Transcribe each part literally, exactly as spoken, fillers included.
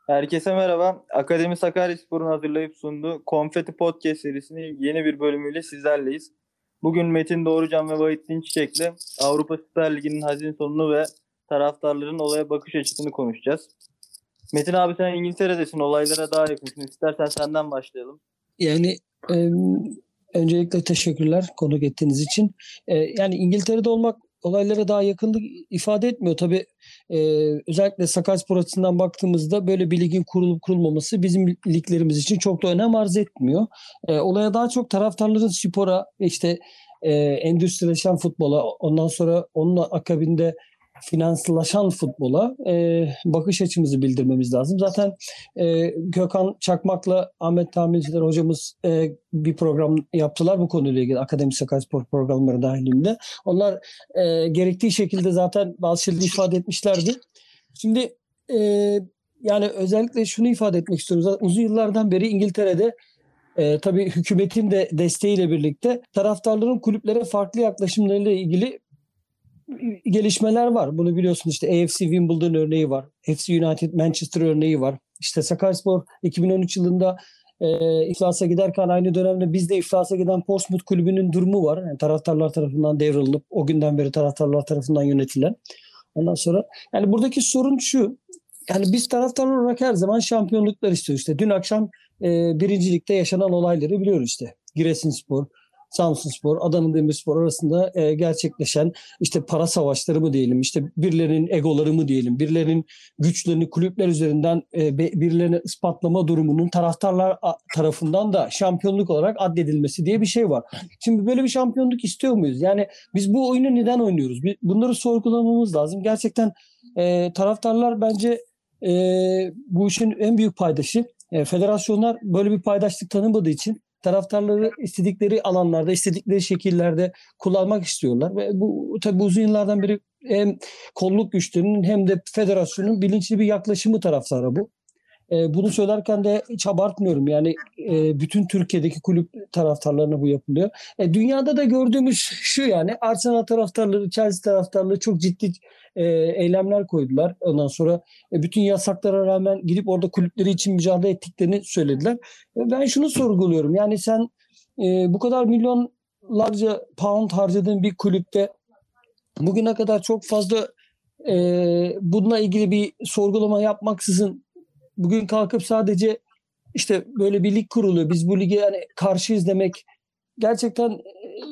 Herkese merhaba. Akademi Sakaryaspor'un hazırlayıp sunduğu Konfeti Podcast serisinin yeni bir bölümüyle sizlerleyiz. Bugün Metin Doğrucan ve Vahittin Çiçek'le Avrupa Süper Ligi'nin hazin sonunu ve taraftarların olaya bakış açısını konuşacağız. Metin abi, sen İngiltere'desin, olaylara daha yakınsın. İstersen senden başlayalım. Yani e, öncelikle teşekkürler konuk ettiğiniz için. E, yani İngiltere'de olmak olaylara daha yakınlık ifade etmiyor. Tabii e, özellikle Sakaryaspor açısından baktığımızda böyle bir ligin kurulup kurulmaması bizim liglerimiz için çok da önem arz etmiyor. E, olaya daha çok taraftarların spora, işte e, endüstrileşen futbola, ondan sonra onun akabinde finanslaşan futbola e, bakış açımızı bildirmemiz lazım. Zaten e, Gökhan Çakmak'la Ahmet Tamirciler hocamız e, bir program yaptılar bu konuyla ilgili, Akademi Sakaryaspor programları dahilinde. Onlar e, gerektiği şekilde zaten bazı şeyleri ifade etmişlerdi. Şimdi e, yani özellikle şunu ifade etmek istiyoruz. Uzun yıllardan beri İngiltere'de e, tabii hükümetin de desteğiyle birlikte taraftarların kulüplere farklı yaklaşımlarıyla ilgili gelişmeler var. Bunu biliyorsunuz, işte A F C Wimbledon örneği var. F C United Manchester örneği var. İşte Sakaryaspor iki bin on üç yılında e, iflasa giderken aynı dönemde biz de iflasa giden Portsmouth Kulübü'nün durumu var. Yani taraftarlar tarafından devralınıp o günden beri taraftarlar tarafından yönetilen. Ondan sonra yani buradaki sorun şu. Yani biz taraftarlar olarak her zaman şampiyonluklar istiyoruz. İşte dün akşam e, birincilikte yaşanan olayları biliyoruz işte. Giresunspor, Samsunspor, Adana Demirspor arasında e, gerçekleşen işte para savaşları mı diyelim, işte birilerinin egoları mı diyelim, birilerinin güçlerini kulüpler üzerinden e, birilerine ispatlama durumunun taraftarlar tarafından da şampiyonluk olarak addedilmesi diye bir şey var. Şimdi böyle bir şampiyonluk istiyor muyuz? Yani biz bu oyunu neden oynuyoruz? Bunları sorgulamamız lazım. Gerçekten e, taraftarlar bence e, bu işin en büyük paydaşı. E, federasyonlar böyle bir paydaşlık tanımadığı için taraftarları istedikleri alanlarda, istedikleri şekillerde kullanmak istiyorlar. Ve bu tabii uzun yıllardan beri hem kolluk güçlerinin hem de federasyonun bilinçli bir yaklaşımı taraftara bu. E, bunu söylerken de hiç abartmıyorum. Yani e, bütün Türkiye'deki kulüp taraftarlarına bu yapılıyor. E, dünyada da gördüğümüz şu, yani Arsenal taraftarları, Chelsea taraftarları çok ciddi e, eylemler koydular. Ondan sonra e, bütün yasaklara rağmen gidip orada kulüpleri için mücadele ettiklerini söylediler. E, ben şunu sorguluyorum. Yani sen e, bu kadar milyonlarca pound harcadığın bir kulüpte bugüne kadar çok fazla e, bununla ilgili bir sorgulama yapmaksızın bugün kalkıp sadece işte böyle bir lig kuruluyor, biz bu lige yani karşıyız demek gerçekten e,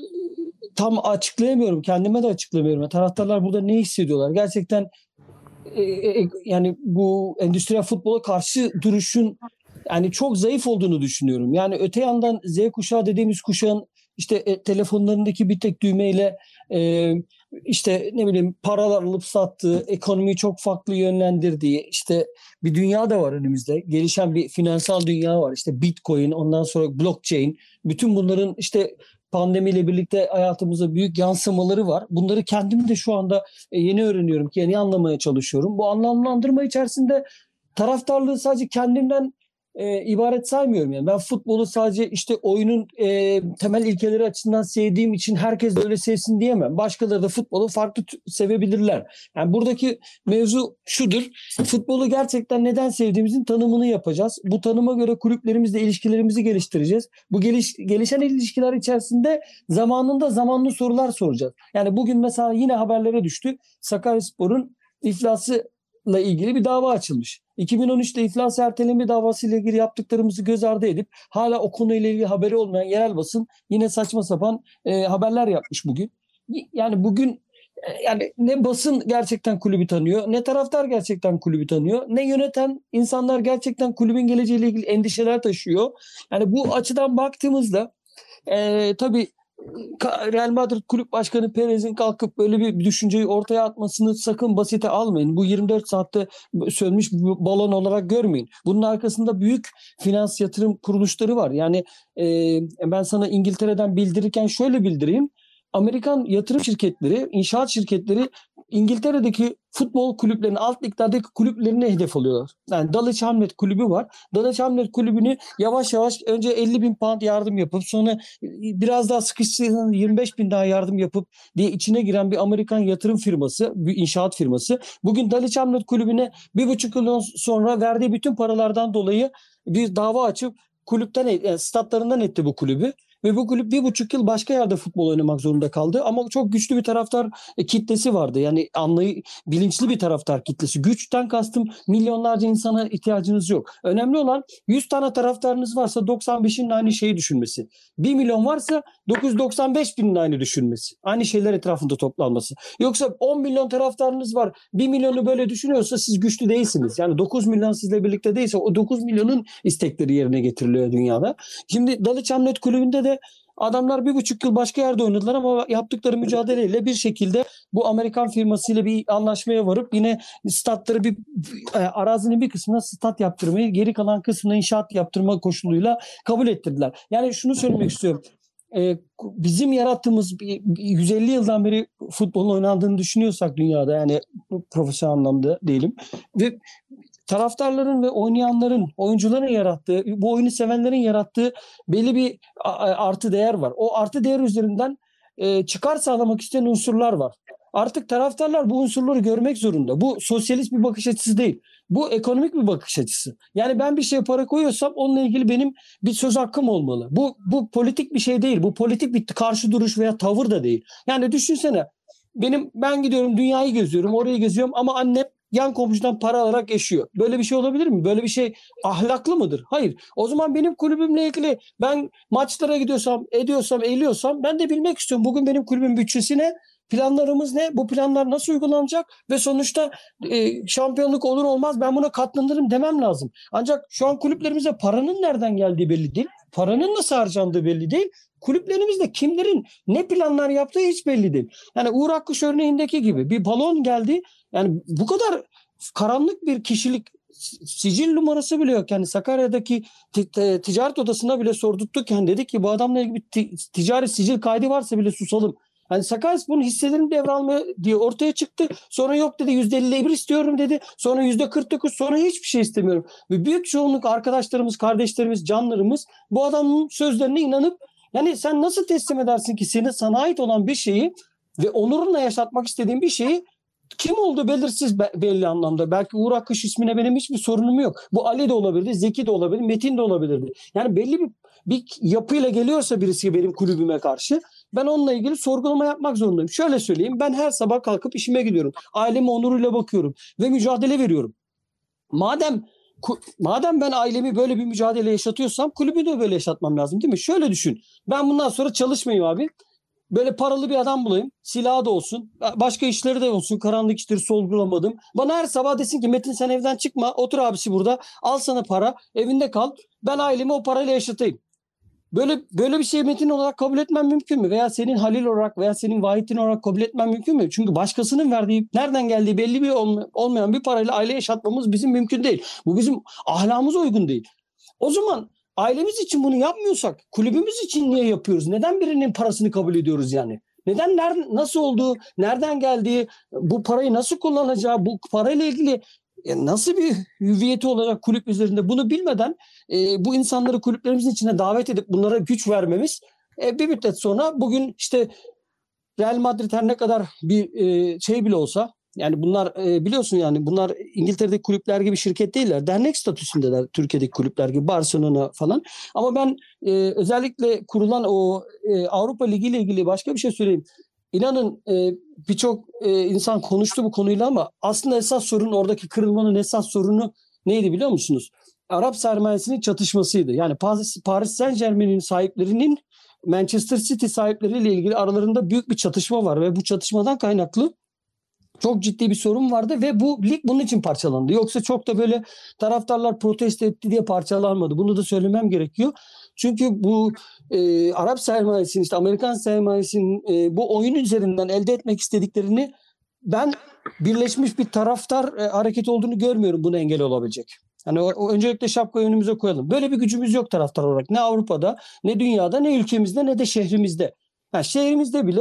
tam açıklayamıyorum. Kendime de açıklayamıyorum. Taraftarlar burada ne hissediyorlar? Gerçekten e, e, yani bu endüstriyel futbola karşı duruşun yani çok zayıf olduğunu düşünüyorum. Yani öte yandan Z kuşağı dediğimiz kuşağın işte e, telefonlarındaki bir tek düğmeyle e, işte ne bileyim paralar alıp sattığı, ekonomiyi çok farklı yönlendirdiği işte bir dünya da var önümüzde. Gelişen bir finansal dünya var. İşte Bitcoin, ondan sonra blockchain. Bütün bunların işte pandemiyle birlikte hayatımıza büyük yansımaları var. Bunları kendim de şu anda e, yeni öğreniyorum ki yeni anlamaya çalışıyorum. Bu anlamlandırma içerisinde taraftarlığı sadece kendimden e, ibaret saymıyorum. Yani ben futbolu sadece işte oyunun e, temel ilkeleri açısından sevdiğim için herkes de öyle sevsin diyemem. Başkaları da futbolu farklı t- sevebilirler. Yani buradaki mevzu şudur. Futbolu gerçekten neden sevdiğimizin tanımını yapacağız. Bu tanıma göre kulüplerimizle ilişkilerimizi geliştireceğiz. Bu geliş, gelişen ilişkiler içerisinde zamanında zamanlı sorular soracağız. Yani bugün mesela yine haberlere düştü. Sakaryaspor'un iflası ile ilgili bir dava açılmış. iki bin on üçte iflas erteleme davası ile ilgili yaptıklarımızı göz ardı edip hala o konuyla ilgili haberi olmayan yerel basın yine saçma sapan e, haberler yapmış bugün. Yani bugün e, yani ne basın gerçekten kulübü tanıyor, ne taraftar gerçekten kulübü tanıyor, ne yöneten insanlar gerçekten kulübün geleceğiyle ilgili endişeler taşıyor. Yani bu açıdan baktığımızda e, tabii Real Madrid Kulüp Başkanı Perez'in kalkıp böyle bir düşünceyi ortaya atmasını sakın basite almayın. Bu yirmi dört saatte sönmüş bir balon olarak görmeyin. Bunun arkasında büyük finans yatırım kuruluşları var. Yani e, ben sana İngiltere'den bildirirken şöyle bildireyim. Amerikan yatırım şirketleri, inşaat şirketleri İngiltere'deki futbol kulüplerinin, alt liglerdeki kulüplerine hedef alıyorlar. Yani Dulwich Hamlet kulübü var. Dulwich Hamlet kulübünü yavaş yavaş önce elli bin pound yardım yapıp sonra biraz daha sıkıştığında yirmi beş bin daha yardım yapıp diye içine giren bir Amerikan yatırım firması, bir inşaat firması. Bugün Dulwich Hamlet kulübüne bir buçuk yıl sonra verdiği bütün paralardan dolayı bir dava açıp kulüpten, yani statlarından etti bu kulübü. Ve bu kulüp bir buçuk yıl başka yerde futbol oynamak zorunda kaldı. Ama çok güçlü bir taraftar kitlesi vardı. Yani anlayı, bilinçli bir taraftar kitlesi. Güçten kastım milyonlarca insana ihtiyacınız yok. Önemli olan yüz tane taraftarınız varsa doksan beşinin aynı şeyi düşünmesi. bir milyon varsa dokuz yüz doksan beş binin aynı düşünmesi. Aynı şeyler etrafında toplanması. Yoksa on milyon taraftarınız var. bir milyonu böyle düşünüyorsa siz güçlü değilsiniz. Yani dokuz milyon sizle birlikte değilse o dokuz milyonun istekleri yerine getiriliyor dünyada. Şimdi Dulwich Hamlet kulübünde de adamlar bir buçuk yıl başka yerde oynadılar ama yaptıkları mücadeleyle bir şekilde bu Amerikan firmasıyla bir anlaşmaya varıp yine statları bir e, arazinin bir kısmına stat yaptırmayı, geri kalan kısmına inşaat yaptırma koşuluyla kabul ettirdiler. Yani şunu söylemek istiyorum. E, bizim yarattığımız yüz elli yıldan beri futbolun oynandığını düşünüyorsak dünyada, yani profesyonel anlamda diyelim ve taraftarların ve oynayanların, oyuncuların yarattığı, bu oyunu sevenlerin yarattığı belli bir artı değer var. O artı değer üzerinden e, çıkar sağlamak isteyen unsurlar var. Artık taraftarlar bu unsurları görmek zorunda. Bu sosyalist bir bakış açısı değil. Bu ekonomik bir bakış açısı. Yani ben bir şeye para koyuyorsam onunla ilgili benim bir söz hakkım olmalı. Bu bu politik bir şey değil. Bu politik bir karşı duruş veya tavır da değil. Yani düşünsene, benim ben gidiyorum dünyayı geziyorum, orayı geziyorum ama annem yan komşudan para alarak yaşıyor. Böyle bir şey olabilir mi? Böyle bir şey ahlaklı mıdır? Hayır. O zaman benim kulübümle ilgili ben maçlara gidiyorsam, ediyorsam, eğiliyorsam ben de bilmek istiyorum. Bugün benim kulübün bütçesi ne? Planlarımız ne? Bu planlar nasıl uygulanacak? Ve sonuçta e, şampiyonluk olur olmaz ben buna katlanırım demem lazım. Ancak şu an kulüplerimize paranın nereden geldiği belli değil. Paranın nasıl harcandığı belli değil. Kulüplerimizde kimlerin ne planlar yaptığı hiç belli değil. Yani Uğur Akkuş örneğindeki gibi bir balon geldi. Yani bu kadar karanlık bir kişilik, sicil numarası bile yok. Yani Sakarya'daki ticaret odasına bile sordurttuk. Yani dedik ki bu adamla ilgili bir ticari sicil kaydı varsa bile susalım. Yani Sakaryaspor'un hisselerini devralmaya diye ortaya çıktı. Sonra yok dedi, yüzde elli bir istiyorum dedi. Sonra yüzde kırk dokuz, sonra hiçbir şey istemiyorum. Ve büyük çoğunluk arkadaşlarımız, kardeşlerimiz, canlarımız bu adamın sözlerine inanıp, yani sen nasıl teslim edersin ki senin sana ait olan bir şeyi ve onurunla yaşatmak istediğin bir şeyi kim olduğu belirsiz belli anlamda. Belki Uğur Akkuş ismine benim hiçbir sorunum yok. Bu Ali de olabilirdi, Zeki de olabilirdi, Metin de olabilirdi. Yani belli bir, bir yapıyla geliyorsa birisi benim kulübüme karşı ben onunla ilgili sorgulama yapmak zorundayım. Şöyle söyleyeyim, ben her sabah kalkıp işime gidiyorum. Aileme onuruyla bakıyorum ve mücadele veriyorum. Madem Madem ben ailemi böyle bir mücadele yaşatıyorsam kulübü de böyle yaşatmam lazım değil mi? Şöyle düşün. Ben bundan sonra çalışmayayım abi. Böyle paralı bir adam bulayım. Silahı da olsun. Başka işleri de olsun. Karanlık işleri sorgulamadım. Bana her sabah desin ki Metin sen evden çıkma. Otur abisi burada. Al sana para. Evinde kal. Ben ailemi o parayla yaşatayım. Böyle böyle bir şey Metin olarak kabul etmem mümkün mü? Veya senin Halil olarak veya senin Vahittin olarak kabul etmem mümkün mü? Çünkü başkasının verdiği, nereden geldiği belli bir olmayan bir parayla aile yaşatmamız bizim mümkün değil. Bu bizim ahlakımıza uygun değil. O zaman ailemiz için bunu yapmıyorsak kulübümüz için niye yapıyoruz? Neden birinin parasını kabul ediyoruz yani? Neden, nerede, nasıl olduğu, nereden geldiği, bu parayı nasıl kullanacağı, bu parayla ilgili nasıl bir hüviyeti olacak kulüp üzerinde bunu bilmeden e, bu insanları kulüplerimizin içine davet edip bunlara güç vermemiz e, bir müddet sonra bugün işte Real Madrid her ne kadar bir e, şey bile olsa, yani bunlar e, biliyorsun yani bunlar İngiltere'deki kulüpler gibi şirket değiller. Dernek statüsündeler Türkiye'deki kulüpler gibi, Barcelona falan. Ama ben e, özellikle kurulan o e, Avrupa Ligi ile ilgili başka bir şey söyleyeyim. İnanın e, birçok e, insan konuştu bu konuyla ama aslında esas sorun, oradaki kırılmanın esas sorunu neydi biliyor musunuz? Arap sermayesinin çatışmasıydı. Yani Paris, Paris Saint-Germain'in sahiplerinin Manchester City sahipleriyle ilgili aralarında büyük bir çatışma var ve bu çatışmadan kaynaklı çok ciddi bir sorun vardı ve bu lig bunun için parçalandı. Yoksa çok da böyle taraftarlar protesto etti diye parçalanmadı. Bunu da söylemem gerekiyor. Çünkü bu e, Arap sermayesinin, işte Amerikan sermayesinin e, bu oyun üzerinden elde etmek istediklerini ben birleşmiş bir taraftar e, hareketi olduğunu görmüyorum buna engel olabilecek. Yani o, o öncelikle şapkayı önümüze koyalım. Böyle bir gücümüz yok taraftar olarak. Ne Avrupa'da, ne dünyada, ne ülkemizde, ne de şehrimizde. Yani şehrimizde bile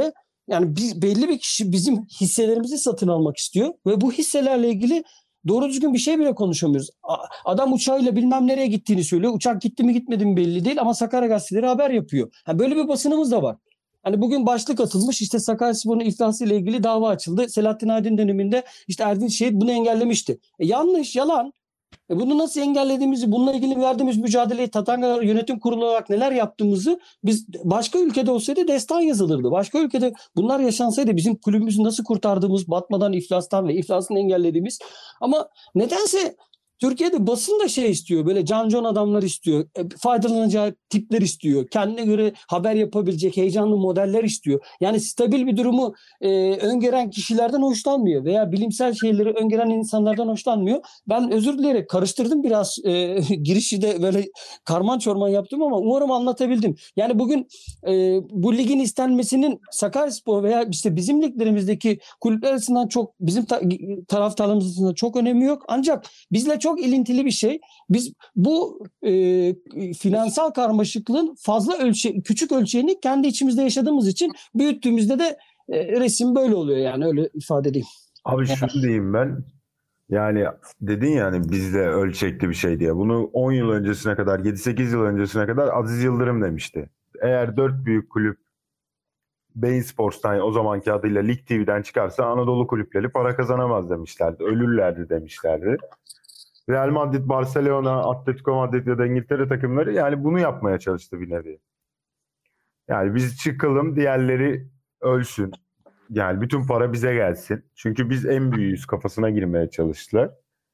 Yani biz, belli bir kişi bizim hisselerimizi satın almak istiyor ve bu hisselerle ilgili doğru düzgün bir şey bile konuşamıyoruz. A- Adam uçağıyla bilmem nereye gittiğini söylüyor. Uçak gitti mi gitmedi mi belli değil ama Sakarya gazeteleri haber yapıyor. Ha, böyle bir basınımız da var. Hani bugün başlık atılmış, işte Sakaryaspor'un iflası ile ilgili dava açıldı. Selahattin Aydın döneminde işte Erdinç Şehit bunu engellemişti. E yanlış, yalan. E bunu nasıl engellediğimizi, bununla ilgili verdiğimiz mücadeleyi, Tatanga Yönetim Kurulu olarak neler yaptığımızı, biz başka ülkede olsaydı destan yazılırdı. Başka ülkede bunlar yaşansaydı bizim kulübümüzü nasıl kurtardığımız, batmadan, iflastan ve iflasını engellediğimiz, ama nedense Türkiye'de basın da şey istiyor, böyle can adamlar istiyor, e, faydalanacağı tipler istiyor, kendine göre haber yapabilecek heyecanlı modeller istiyor. Yani stabil bir durumu e, öngören kişilerden hoşlanmıyor veya bilimsel şeyleri öngören insanlardan hoşlanmıyor. Ben özür dileyerek karıştırdım biraz, e, girişi de böyle karman çorman yaptım ama umarım anlatabildim. Yani bugün e, bu ligin istenmesinin Sakaryaspor veya işte bizim liglerimizdeki kulüpler arasından çok, bizim ta- taraftarlarımız arasında çok önemi yok. Ancak bizle çok ilintili bir şey. Biz bu e, finansal karmaşıklığın fazla ölçe, küçük ölçeğini kendi içimizde yaşadığımız için büyüttüğümüzde de e, resim böyle oluyor, yani öyle ifade edeyim. Abi şunu diyeyim ben. Yani dedin yani bizde ölçekli bir şey diye. Bunu on yıl öncesine kadar, yedi sekiz yıl öncesine kadar Aziz Yıldırım demişti. Eğer dört büyük kulüp Bein Sports'tan, o zamanki adıyla Lig T V'den çıkarsa Anadolu kulüpleri para kazanamaz demişlerdi. Ölürlerdi demişlerdi. Real Madrid, Barcelona, Atletico Madrid ya da İngiltere takımları yani bunu yapmaya çalıştı bir nevi. Yani biz çıkalım, diğerleri ölsün. Yani bütün para bize gelsin. Çünkü biz en büyüğüz kafasına girmeye çalıştılar.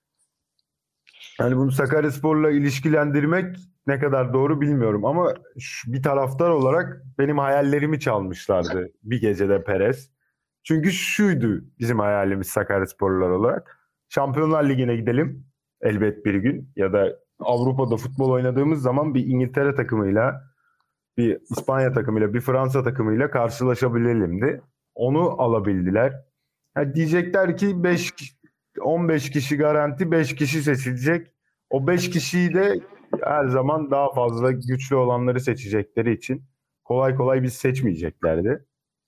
Yani bunu Sakaryaspor'la ilişkilendirmek ne kadar doğru bilmiyorum ama şu, bir taraftar olarak benim hayallerimi çalmışlardı bir gecede Perez. Çünkü şuydu bizim hayalimiz Sakaryasporlular olarak. Şampiyonlar Ligi'ne gidelim elbet bir gün ya da Avrupa'da futbol oynadığımız zaman bir İngiltere takımıyla, bir İspanya takımıyla, bir Fransa takımıyla karşılaşabilelimdi. Onu alabildiler. Ha, diyecekler ki beş on beş kişi garanti, beş kişi seçilecek. O beş kişiyi de her zaman daha fazla güçlü olanları seçecekleri için kolay kolay biz seçmeyeceklerdi.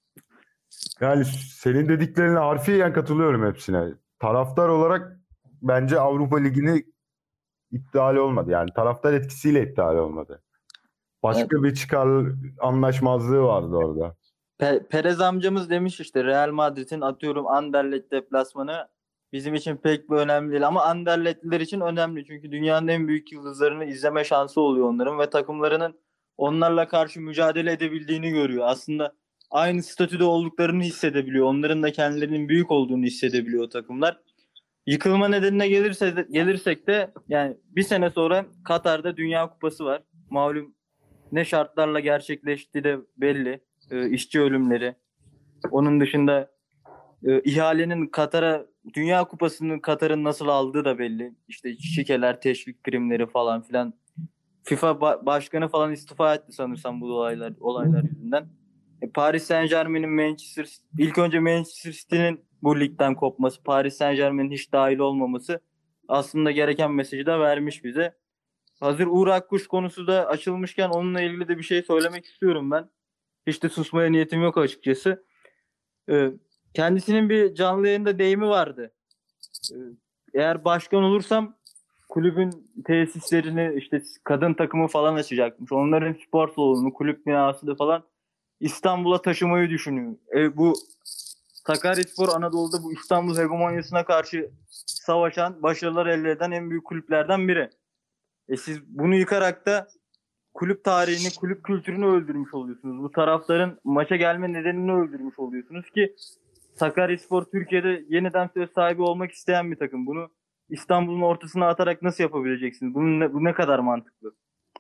Yani senin dediklerine harfiyen katılıyorum hepsine. Taraftar olarak bence Avrupa Ligi'ni iptal olmadı. Yani taraftar etkisiyle iptal olmadı. Başka evet. bir çıkar anlaşmazlığı vardı orada. Pe- Perez amcamız demiş işte Real Madrid'in atıyorum Anderlecht deplasmanı bizim için pek bir önemli değil ama Anderlechtliler için önemli. Çünkü dünyanın en büyük yıldızlarını izleme şansı oluyor onların ve takımlarının onlarla karşı mücadele edebildiğini görüyor. Aslında aynı statüde olduklarını hissedebiliyor. Onların da kendilerinin büyük olduğunu hissedebiliyor o takımlar. Yıkılma nedenine gelirse de, gelirsek de yani bir sene sonra Katar'da Dünya Kupası var. Malum ne şartlarla gerçekleştiği de belli. E, işçi ölümleri. Onun dışında e, ihalenin Katar'a, Dünya Kupası'nın Katar'ın nasıl aldığı da belli. İşte şikeler, teşvik primleri falan filan. FIFA ba- başkanı falan istifa etti sanırsam bu olaylar olaylar yüzünden. E, Paris Saint-Germain'in Manchester ilk önce Manchester City'nin bu ligden kopması, Paris Saint-Germain'in hiç dahil olmaması aslında gereken mesajı da vermiş bize. Hazır Uğur Akkuş konusu da açılmışken onunla ilgili de bir şey söylemek istiyorum ben. Hiç de susmaya niyetim yok açıkçası. Ee, kendisinin bir canlı yayında deyimi vardı. Ee, eğer başkan olursam kulübün tesislerini işte kadın takımı falan açacakmış. Onların spor salonu, kulüp binası da falan İstanbul'a taşımayı düşünüyor. E, bu Sakaryaspor Anadolu'da bu İstanbul hegemonyasına karşı savaşan, başarılar elde eden en büyük kulüplerden biri. E siz bunu yıkarak da kulüp tarihini, kulüp kültürünü öldürmüş oluyorsunuz. Bu taraftarın maça gelme nedenini öldürmüş oluyorsunuz ki Sakaryaspor Türkiye'de yeniden söz sahibi olmak isteyen bir takım. Bunu İstanbul'un ortasına atarak nasıl yapabileceksiniz? Bunun ne, bu ne kadar mantıklı?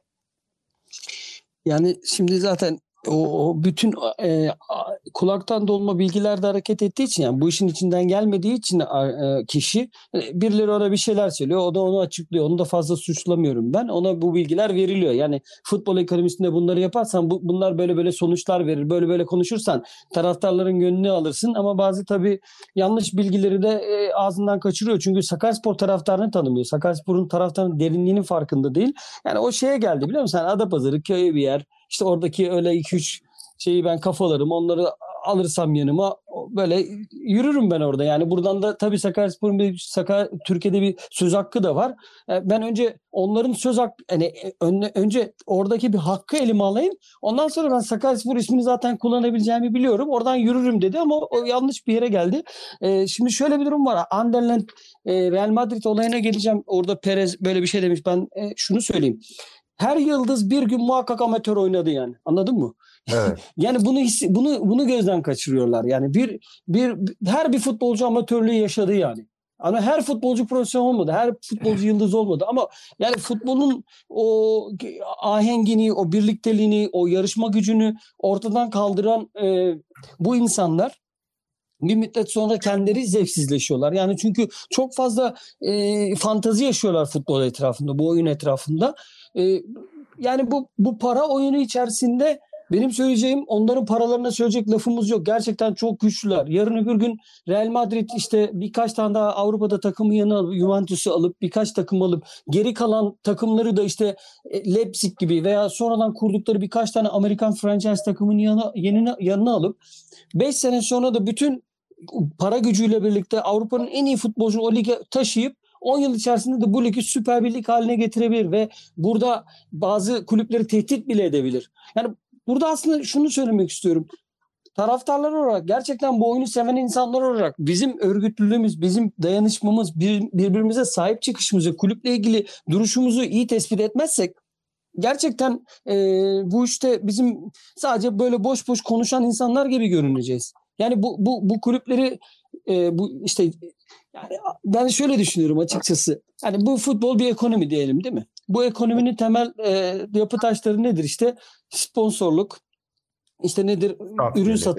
Yani şimdi zaten o, o bütün e, kulaktan dolma bilgilerde hareket ettiği için, yani bu işin içinden gelmediği için e, kişi e, birileri ona bir şeyler söylüyor, o da onu açıklıyor. Onu da fazla suçlamıyorum ben. Ona bu bilgiler veriliyor. Yani futbol ekonomisinde bunları yaparsan bu, bunlar böyle böyle sonuçlar verir. Böyle böyle konuşursan taraftarların gönlünü alırsın ama bazı tabii yanlış bilgileri de e, ağzından kaçırıyor. Çünkü Sakaryaspor taraftarını tanımıyor. Sakaryaspor'un taraftarının derinliğinin farkında değil. Yani o şeye geldi, biliyor musun? Yani Adapazarı köyü bir yer. İşte oradaki öyle iki üç şeyi ben kafalarım, onları alırsam yanıma böyle yürürüm ben orada. Yani buradan da tabii Sakaryaspor'un bir Sakar Türkiye'de bir söz hakkı da var. Ben önce onların söz hakkı hani önce oradaki bir hakkı elime alayım. Ondan sonra ben Sakaryaspor ismini zaten kullanabileceğimi biliyorum. Oradan yürürüm dedi ama o yanlış bir yere geldi. Şimdi şöyle bir durum var. Anderlecht Real Madrid olayına geleceğim. Orada Perez böyle bir şey demiş. Ben şunu söyleyeyim. Her yıldız bir gün muhakkak amatör oynadı yani. Anladın mı? Evet. Yani bunu bunu bunu gözden kaçırıyorlar. Yani bir bir her bir futbolcu amatörlüğü yaşadı yani. Ama her futbolcu profesyonel olmadı. Her futbolcu yıldız olmadı. Ama yani futbolun o ahengini, o birlikteliğini, o yarışma gücünü ortadan kaldıran e, bu insanlar bir müddet sonra kendileri zevksizleşiyorlar. Yani çünkü çok fazla e, fantazi yaşıyorlar futbol etrafında, bu oyun etrafında. E, yani bu bu para oyunu içerisinde benim söyleyeceğim, onların paralarına söyleyecek lafımız yok. Gerçekten çok güçlüler. Yarın öbür gün Real Madrid işte birkaç tane daha Avrupa'da takımı yanına alıp, Juventus'u alıp birkaç takım alıp geri kalan takımları da işte Leipzig gibi veya sonradan kurdukları birkaç tane Amerikan franchise takımının yanına, yanına, yanına alıp beş sene sonra da bütün para gücüyle birlikte Avrupa'nın en iyi futbolcunu o lige taşıyıp on yıl içerisinde de bu ligi Süper bir lig haline getirebilir ve burada bazı kulüpleri tehdit bile edebilir. Yani burada aslında şunu söylemek istiyorum. Taraftarlar olarak, gerçekten bu oyunu seven insanlar olarak bizim örgütlülüğümüz, bizim dayanışmamız, bir, birbirimize sahip çıkışımızı, kulüple ilgili duruşumuzu iyi tespit etmezsek gerçekten e, bu işte bizim sadece böyle boş boş konuşan insanlar gibi görüneceğiz. Yani bu bu bu kulüpleri e, bu işte yani ben şöyle düşünüyorum açıkçası. Yani bu futbol bir ekonomi diyelim, değil mi? Bu ekonominin temel e, yapı taşları nedir? İşte sponsorluk, işte nedir? Stat Ürün geliri. sat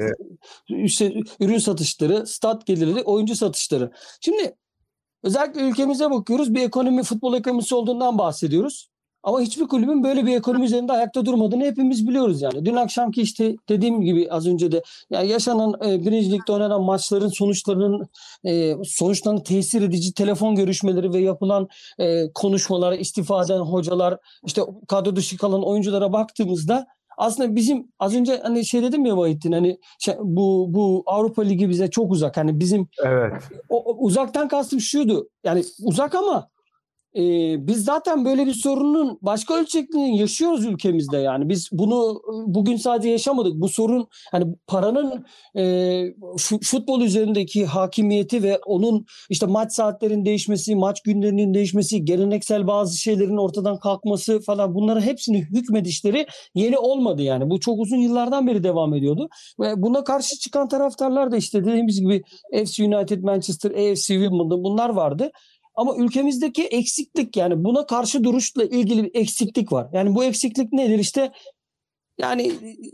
işte ürün satışları, stat gelirleri, oyuncu satışları. Şimdi özellikle ülkemize bakıyoruz. Bir ekonomi, futbol ekonomisi olduğundan bahsediyoruz. Ama hiçbir kulübün böyle bir ekonomi üzerinde ayakta durmadığını hepimiz biliyoruz yani. Dün akşamki işte dediğim gibi az önce de yani yaşanan e, birinci ligde oynanan maçların sonuçlarının e, sonuçlarını tesir edici telefon görüşmeleri ve yapılan e, konuşmalar, istifa eden hocalar, işte kadro dışı kalan oyunculara baktığımızda aslında bizim az önce hani şey dedim ya Vahittin, hani şey, bu bu Avrupa Ligi bize çok uzak. Hani bizim Evet. o, o, uzaktan kastım şuydu. Yani uzak ama Ee, biz zaten böyle bir sorunun başka ölçekliğini yaşıyoruz ülkemizde yani. Biz bunu bugün sadece yaşamadık. Bu sorun hani paranın e, futbol üzerindeki hakimiyeti ve onun işte maç saatlerinin değişmesi, maç günlerinin değişmesi, geleneksel bazı şeylerin ortadan kalkması falan, bunların hepsini hükmedişleri yeni olmadı yani. Bu çok uzun yıllardan beri devam ediyordu. Ve buna karşı çıkan taraftarlar da işte dediğimiz gibi F C United, Manchester, A F C Wimbledon bunlar vardı. Ama ülkemizdeki eksiklik, yani buna karşı duruşla ilgili bir eksiklik var. Yani bu eksiklik nedir? İşte yani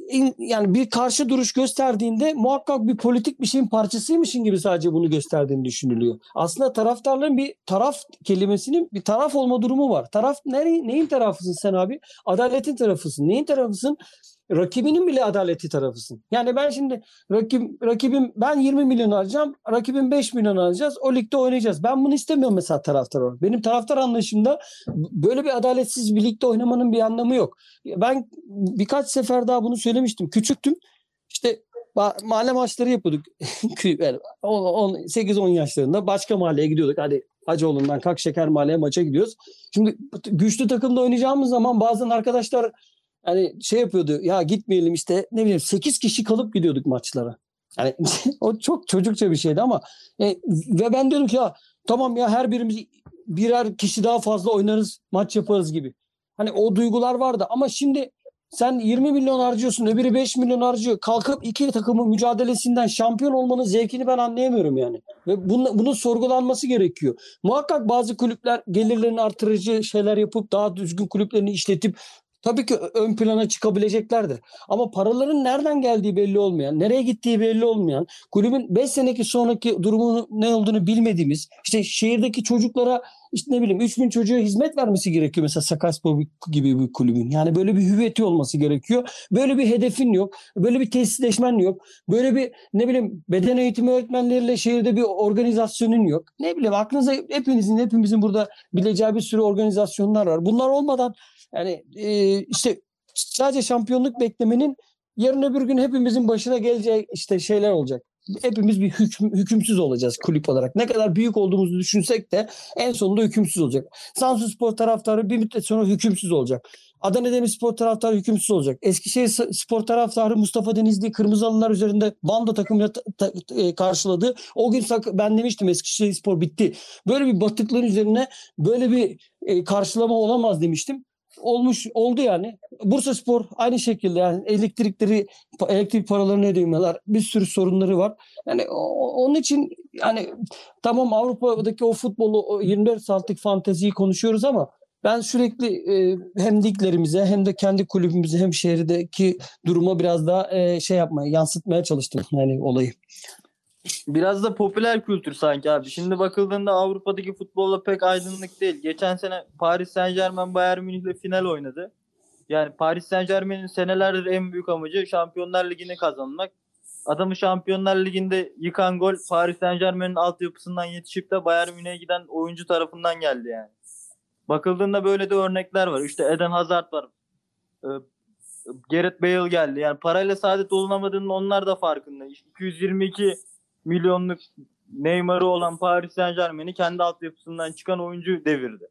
yani bir karşı duruş gösterdiğinde muhakkak bir politik bir şeyin parçasıymışın gibi sadece bunu gösterdiğini düşünülüyor. Aslında taraftarların bir taraf kelimesinin bir taraf olma durumu var. Taraf neyin, neyin tarafısın sen abi? Adaletin tarafısın. Neyin tarafısın? Rakibinin bile adaleti tarafısın. Yani ben şimdi rakip, rakibim ben yirmi milyon alacağım, rakibim beş milyon alacağız. O ligde oynayacağız. Ben bunu istemiyorum mesela taraftar olarak. Benim taraftar anlayışımda böyle bir adaletsiz bir ligde oynamanın bir anlamı yok. Ben birkaç sefer daha bunu söylemiştim. Küçüktüm. İşte mahalle maçları yapıyorduk. on sekiz on yaşlarında başka mahalleye gidiyorduk. Hadi Hacıoğlu'ndan Kalk Şeker Mahalle'ye maça gidiyoruz. Şimdi güçlü takımda oynayacağımız zaman bazen arkadaşlar hani şey yapıyordu, ya gitmeyelim işte, ne bileyim sekiz kişi kalıp gidiyorduk maçlara. Yani o çok çocukça bir şeydi ama e, ve ben diyordum ki ya tamam ya her birimiz birer kişi daha fazla oynarız, maç yaparız gibi. Hani o duygular vardı ama şimdi sen yirmi milyon harcıyorsun, öbürü beş milyon harcıyor. Kalkıp iki takımın mücadelesinden şampiyon olmanın zevkini ben anlayamıyorum yani. Ve bunun, bunun sorgulanması gerekiyor. Muhakkak bazı kulüpler gelirlerini artırıcı şeyler yapıp daha düzgün kulüplerini işletip tabii ki ön plana çıkabileceklerdir. Ama paraların nereden geldiği belli olmayan, nereye gittiği belli olmayan, kulübün beş seneki sonraki durumunun ne olduğunu bilmediğimiz, işte şehirdeki çocuklara işte ne bileyim üç bin çocuğa hizmet vermesi gerekiyor mesela Sakaryaspor gibi bir kulübün. Yani böyle bir hüviyeti olması gerekiyor. Böyle bir hedefin yok. Böyle bir tesisleşmen yok. Böyle bir ne bileyim beden eğitimi öğretmenleriyle şehirde bir organizasyonun yok. Ne bileyim aklınıza hepinizin, hepimizin burada bileceği bir sürü organizasyonlar var. Bunlar olmadan yani e, işte sadece şampiyonluk beklemenin Yarın öbür gün hepimizin başına gelecek işte şeyler olacak. Hepimiz bir hüküm, hükümsüz olacağız kulüp olarak. Ne kadar büyük olduğumuzu düşünsek de en sonunda hükümsüz olacak. Samsunspor taraftarı bir müddet sonra hükümsüz olacak. Adana Demirspor taraftarı hükümsüz olacak. Eskişehir Spor taraftarı Mustafa Denizli Kırmızıhalılar üzerinde bando takımıyla ta- ta- e, karşıladı. O gün sak- ben demiştim Eskişehir Spor bitti. Böyle bir batıklığın üzerine böyle bir e, karşılama olamaz demiştim. Olmuş oldu yani. Bursaspor aynı şekilde yani elektrikleri elektrik paralarını ödemiyorlar. Bir sürü sorunları var. Yani o- onun için yani tamam Avrupa'daki o futbolu o yirmi dört saatlik fanteziyi konuşuyoruz ama ben sürekli e, hem liglerimize hem de kendi kulübümüze hem şehirdeki duruma biraz daha e, şey yapmaya, yansıtmaya çalıştım yani olayı. Biraz da popüler kültür sanki abi. Şimdi bakıldığında Avrupa'daki futbolla pek aydınlık değil. Geçen sene Paris Saint-Germain Bayern Münih'le final oynadı. Yani Paris Saint-Germain'in senelerdir en büyük amacı Şampiyonlar Ligi'ni kazanmak. Adamı Şampiyonlar Ligi'nde yıkan gol Paris Saint-Germain'in altyapısından yetişip de Bayern Münih'e giden oyuncu tarafından geldi yani. Bakıldığında böyle de örnekler var. İşte Eden Hazard var. Ee, Gareth Bale geldi. Yani parayla saadet olunamadığının onlar da farkında. iki yüz yirmi iki milyonluk Neymar'ı olan Paris Saint-Germain'i kendi altyapısından çıkan oyuncu devirdi.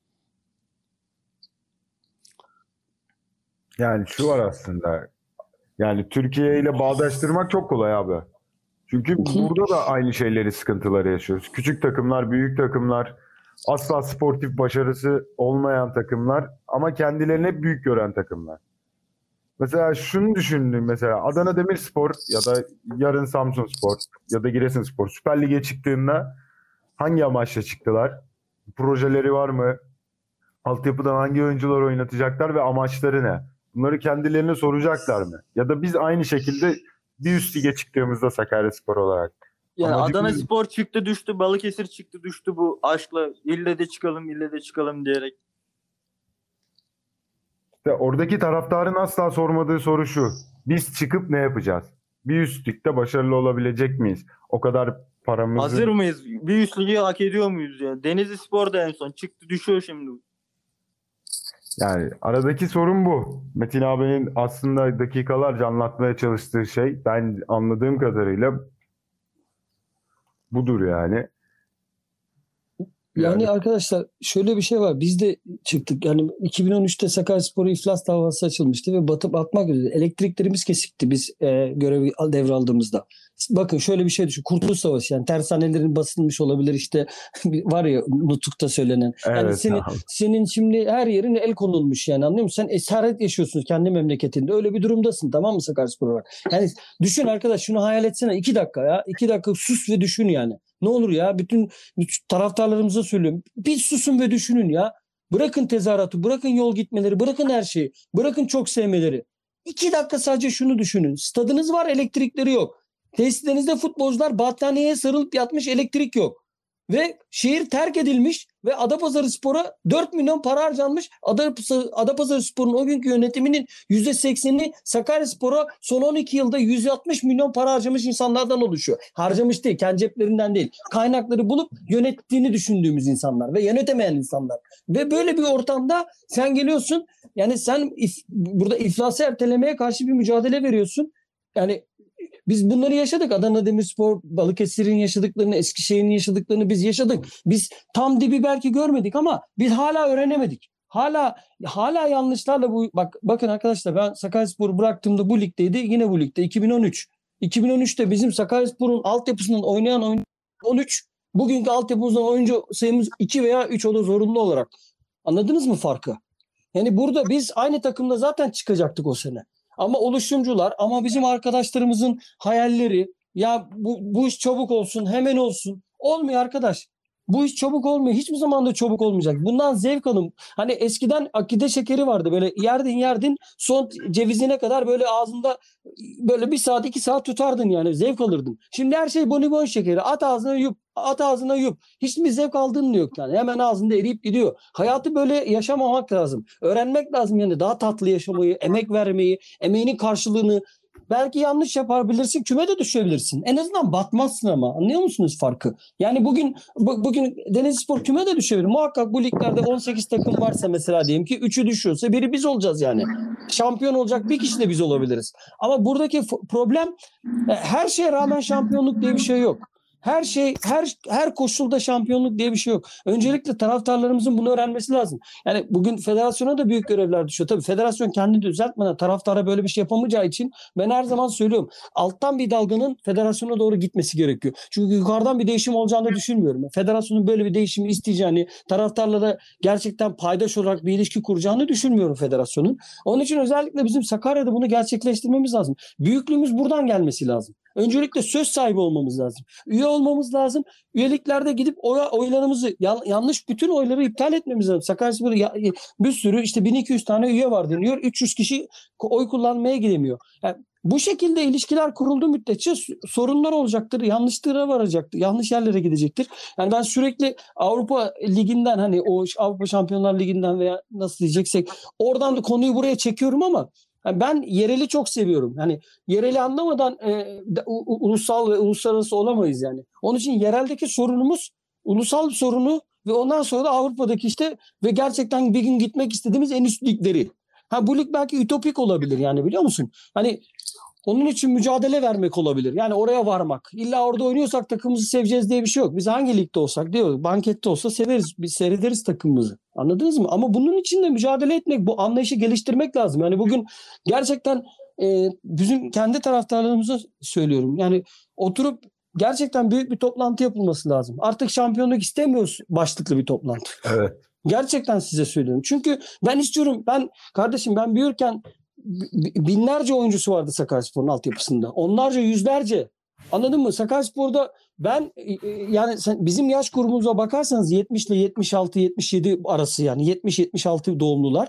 Yani şu var aslında. Yani Türkiye ile bağdaştırmak çok kolay abi. Çünkü burada da aynı şeyleri, sıkıntıları yaşıyoruz. Küçük takımlar, büyük takımlar, asla sportif başarısı olmayan takımlar ama kendilerini hep büyük gören takımlar. Mesela şunu düşündüm, mesela Adana Demirspor ya da yarın Samsunspor ya da Giresunspor Süper Lig'e çıktığında hangi amaçla çıktılar? Projeleri var mı? Altyapıdan hangi oyuncular oynatacaklar ve amaçları ne? Bunları kendilerine soracaklar mı? Ya da biz aynı şekilde bir üst lige çıktığımızda Sakaryaspor olarak. Yani Amacımız- Adana Spor çıktı düştü, Balıkesir çıktı düştü bu aşkla ille de çıkalım ille de çıkalım diyerek. İşte oradaki taraftarın asla sormadığı soru şu. Biz çıkıp ne yapacağız? Bir üst ligde başarılı olabilecek miyiz? O kadar paramızı... Hazır mıyız? Bir üst ligi hak ediyor muyuz ya? Denizli Spor da en son çıktı düşüyor şimdi. Yani aradaki sorun bu. Metin abinin aslında dakikalarca anlatmaya çalıştığı şey, ben anladığım kadarıyla budur yani. Yani Yani- arkadaşlar şöyle bir şey var. Biz de çıktık. Yani iki bin on üçte Sakaryaspor'a iflas davası açılmıştı ve batıp batmak üzere. Elektriklerimiz kesikti biz e, görevi devraldığımızda. Bakın şöyle bir şey düşün. Kurtuluş Savaşı yani tersanelerin basılmış olabilir işte var ya nutukta söylenen. Yani Evet senin, abi. senin şimdi her yerine el konulmuş yani anlıyor musun? Sen esaret yaşıyorsun kendi memleketinde. Öyle bir durumdasın tamam mı Sakaryaspor olarak? Yani düşün arkadaş şunu hayal etsene iki dakika ya. iki dakika sus ve düşün yani. Ne olur ya bütün taraftarlarımıza söylüyorum. Bir susun ve düşünün ya. Bırakın tezahüratı, bırakın yol gitmeleri, bırakın her şeyi. Bırakın çok sevmeleri. İki dakika sadece şunu düşünün. Stadınız var, elektrikleri yok. Tesislerinizde futbolcular battaniyeye sarılıp yatmış, elektrik yok. Ve şehir terk edilmiş ve Adapazarı Spor'a dört milyon para harcanmış. Adapazarı, Adapazarı Spor'un o günkü yönetiminin yüzde seksenini Sakaryaspor'a son on iki yılda yüz altmış milyon para harcamış insanlardan oluşuyor. Harcamış değil, kendi ceplerinden değil. Kaynakları bulup yönettiğini düşündüğümüz insanlar ve yönetemeyen insanlar. Ve böyle bir ortamda sen geliyorsun yani sen if, burada iflası ertelemeye karşı bir mücadele veriyorsun. Yani biz bunları yaşadık. Adana Demirspor, Balıkesir'in yaşadıklarını, Eskişehir'in yaşadıklarını biz yaşadık. Biz tam dibi belki görmedik ama biz hala öğrenemedik. Hala hala yanlışlarla bu bak bakın arkadaşlar ben Sakaryaspor'u bıraktığımda bu ligdeydi. Yine bu ligde iki bin on üç. iki bin on üçte bizim Sakaryaspor'un altyapısından oynayan oyuncu on üç. Bugünkü altyapımızdan oyuncu sayımız iki veya üç o da zorunlu olarak. Anladınız mı farkı? Yani burada biz aynı takımda zaten çıkacaktık o sene. Ama oluşumcular ama bizim arkadaşlarımızın hayalleri ya bu, bu iş çabuk olsun hemen olsun. Olmuyor arkadaş. Bu iş çabuk olmuyor. Hiçbir zaman da çabuk olmayacak. Bundan zevk alın. Hani eskiden akide şekeri vardı. Böyle yerdin yerdin son cevizine kadar böyle ağzında böyle bir saat iki saat tutardın yani. Zevk alırdın. Şimdi her şey bonibon şekeri. At ağzına yup. At ağzına yup. Hiçbir zevk aldığın yok yani. Hemen ağzında eriyip gidiyor. Hayatı böyle yaşamamak lazım. Öğrenmek lazım yani. Daha tatlı yaşamayı, emek vermeyi, emeğinin karşılığını belki yanlış yapabilirsin, küme de düşebilirsin. En azından batmazsın ama. Anlıyor musunuz farkı? Yani bugün bu, bugün Denizlispor küme de düşebilir. Muhakkak bu liglerde on sekiz takım varsa mesela diyelim ki üçü düşüyorsa biri biz olacağız yani. Şampiyon olacak bir kişi de biz olabiliriz. Ama buradaki f- problem e, her şeye rağmen şampiyonluk diye bir şey yok. Her şey, her her koşulda şampiyonluk diye bir şey yok. Öncelikle taraftarlarımızın bunu öğrenmesi lazım. Yani bugün federasyona da büyük görevler düşüyor. Tabii federasyon kendini düzeltmeden taraftara böyle bir şey yapamayacağı için ben her zaman söylüyorum. Alttan bir dalganın federasyona doğru gitmesi gerekiyor. Çünkü yukarıdan bir değişim olacağını da düşünmüyorum. Federasyonun böyle bir değişimi isteyeceğini, taraftarlara gerçekten paydaş olarak bir ilişki kuracağını düşünmüyorum federasyonun. Onun için özellikle bizim Sakarya'da bunu gerçekleştirmemiz lazım. Büyüklüğümüz buradan gelmesi lazım. Öncelikle söz sahibi olmamız lazım. Üye olmamız lazım. Üyeliklerde gidip oy, oylarımızı yan, yanlış bütün oyları iptal etmemiz lazım. Sakaryaspor'da ya, bir sürü işte bin iki yüz tane üye var deniyor. üç yüz kişi oy kullanmaya gidemiyor. Yani bu şekilde ilişkiler kurulduğu müddetçe sorunlar olacaktır. Yanlışlara varacaktır. Yanlış yerlere gidecektir. Yani ben sürekli Avrupa Ligi'nden hani o Avrupa Şampiyonlar Ligi'nden veya nasıl diyeceksek oradan da konuyu buraya çekiyorum ama yani ben yereli çok seviyorum. Yani yereli anlamadan e, u, ulusal ve uluslararası olamayız yani. Onun için yereldeki sorunumuz ulusal sorunu ve ondan sonra da Avrupa'daki işte ve gerçekten bir gün gitmek istediğimiz en üst ligleri. Ha bu lig belki ütopik olabilir yani biliyor musun? Hani onun için mücadele vermek olabilir. Yani oraya varmak. İlla orada oynuyorsak takımımızı seveceğiz diye bir şey yok. Biz hangi ligde olsak diyor. Bankette olsa severiz. Biz seyrederiz takımımızı. Anladınız mı? Ama bunun için de mücadele etmek, bu anlayışı geliştirmek lazım. Yani bugün gerçekten e, bizim kendi taraftarlarımıza söylüyorum. Yani oturup gerçekten büyük bir toplantı yapılması lazım. Artık şampiyonluk istemiyoruz başlıklı bir toplantı. Evet. Gerçekten size söylüyorum. Çünkü ben istiyorum. Ben kardeşim ben büyürken binlerce oyuncusu vardı Sakaryaspor'un altyapısında. Onlarca, yüzlerce. Anladın mı? Sakaryaspor'da ben yani sen, bizim yaş grubumuza bakarsanız yetmiş ile yetmiş altı yetmiş yedi arası yani yetmiş yetmiş altı doğumlular.